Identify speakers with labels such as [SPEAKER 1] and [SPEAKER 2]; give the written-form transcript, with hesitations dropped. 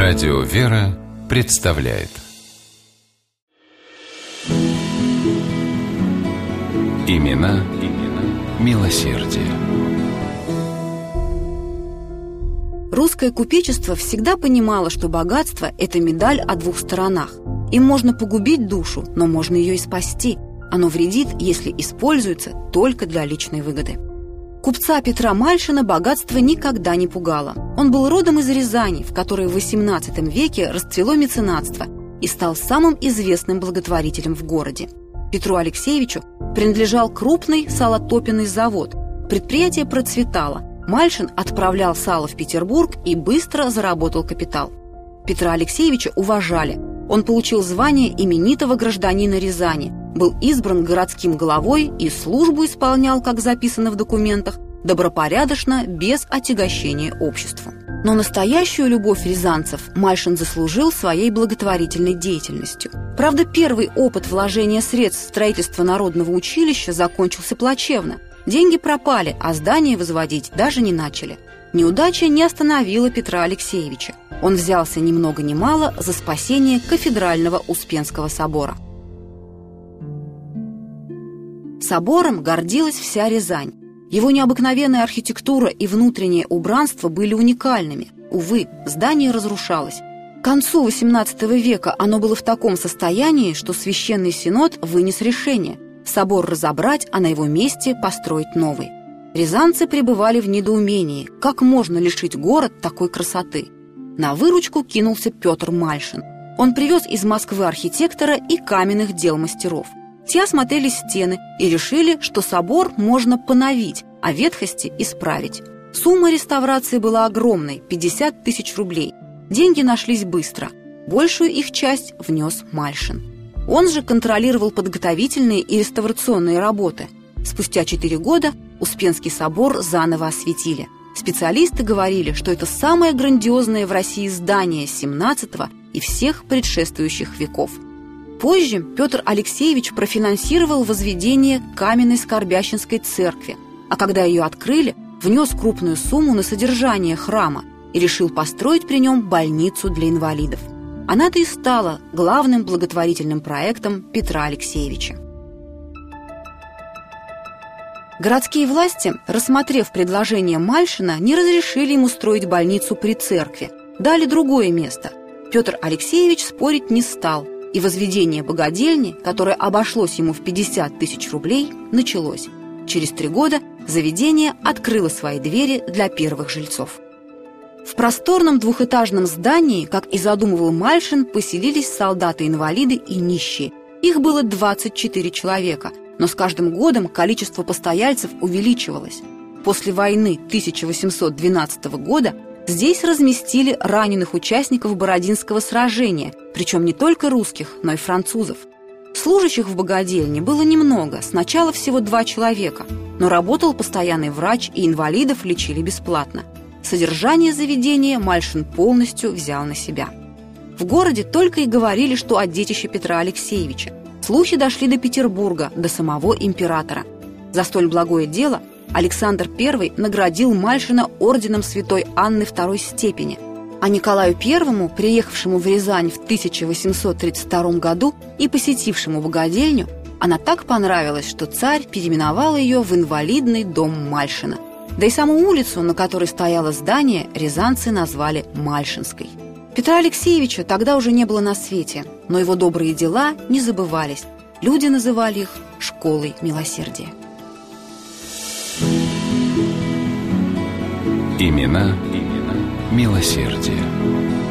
[SPEAKER 1] Радио «Вера» представляет Имена милосердия.
[SPEAKER 2] Русское купечество всегда понимало, что богатство – это медаль о двух сторонах. Им можно погубить душу, но можно ее и спасти. Оно вредит, если используется только для личной выгоды. Купца Петра Мальшина богатство никогда не пугало. Он был родом из Рязани, в которой в XVIII веке расцвело меценатство, и стал самым известным благотворителем в городе. Петру Алексеевичу принадлежал крупный салотопенный завод. Предприятие процветало. Мальшин отправлял сало в Петербург и быстро заработал капитал. Петра Алексеевича уважали. Он получил звание именитого гражданина Рязани, был избран городским главой и службу исполнял, как записано в документах, добропорядочно, без отягощения обществу. Но настоящую любовь рязанцев Мальшин заслужил своей благотворительной деятельностью. Правда, первый опыт вложения средств в строительство народного училища закончился плачевно. Деньги пропали, а здание возводить даже не начали. Неудача не остановила Петра Алексеевича. Он взялся ни много ни мало за спасение кафедрального Успенского собора. Собором гордилась вся Рязань. Его необыкновенная архитектура и внутреннее убранство были уникальными. Увы, здание разрушалось. К концу XVIII века оно было в таком состоянии, что Священный Синод вынес решение – собор разобрать, а на его месте построить новый. Рязанцы пребывали в недоумении, как можно лишить город такой красоты. На выручку кинулся Петр Мальшин. Он привез из Москвы архитектора и каменных дел мастеров. Те осмотрели стены и решили, что собор можно поновить, а ветхости исправить. Сумма реставрации была огромной – 50 тысяч рублей. Деньги нашлись быстро. Большую их часть внес Мальшин. Он же контролировал подготовительные и реставрационные работы. Спустя 4 года Успенский собор заново осветили. Специалисты говорили, что это самое грандиозное в России здание XVII и всех предшествующих веков. Позже Петр Алексеевич профинансировал возведение каменной Скорбященской церкви, а когда ее открыли, внес крупную сумму на содержание храма и решил построить при нем больницу для инвалидов. Она-то и стала главным благотворительным проектом Петра Алексеевича. Городские власти, рассмотрев предложение Мальшина, не разрешили ему строить больницу при церкви, дали другое место. Петр Алексеевич спорить не стал, и возведение богадельни, которое обошлось ему в 50 тысяч рублей, началось. Через 3 года заведение открыло свои двери для первых жильцов. В просторном двухэтажном здании, как и задумывал Мальшин, поселились солдаты-инвалиды и нищие. Их было 24 человека, но с каждым годом количество постояльцев увеличивалось. После войны 1812 года здесь разместили раненых участников Бородинского сражения, причем не только русских, но и французов. Служащих в богадельне было немного, сначала всего 2 человека, но работал постоянный врач, и инвалидов лечили бесплатно. Содержание заведения Мальшин полностью взял на себя. В городе только и говорили, что о детище Петра Алексеевича. Слухи дошли до Петербурга, до самого императора. За столь благое дело Александр I наградил Мальшина орденом Святой Анны II степени, а Николаю I, приехавшему в Рязань в 1832 году и посетившему богадельню, она так понравилась, что царь переименовал ее в инвалидный дом Мальшина. Да и саму улицу, на которой стояло здание, рязанцы назвали Мальшинской. Петра Алексеевича тогда уже не было на свете, но его добрые дела не забывались. Люди называли их «школой милосердия».
[SPEAKER 1] Имена милосердия.